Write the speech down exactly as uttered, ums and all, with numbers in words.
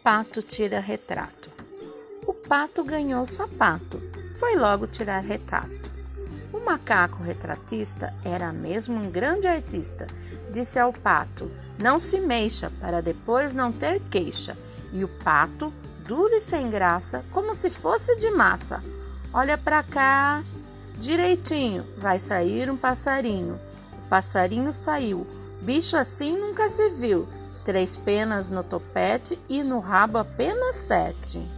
pato tira retrato. O pato ganhou sapato, foi logo tirar retrato. O macaco retratista era mesmo um grande artista. Disse ao pato: não se mexa, para depois não ter queixa. E o pato, duro e sem graça, como se fosse de massa: olha pra cá, direitinho, vai sair um passarinho. O passarinho saiu, bicho assim nunca se viu. Três penas no topete e no rabo apenas sete.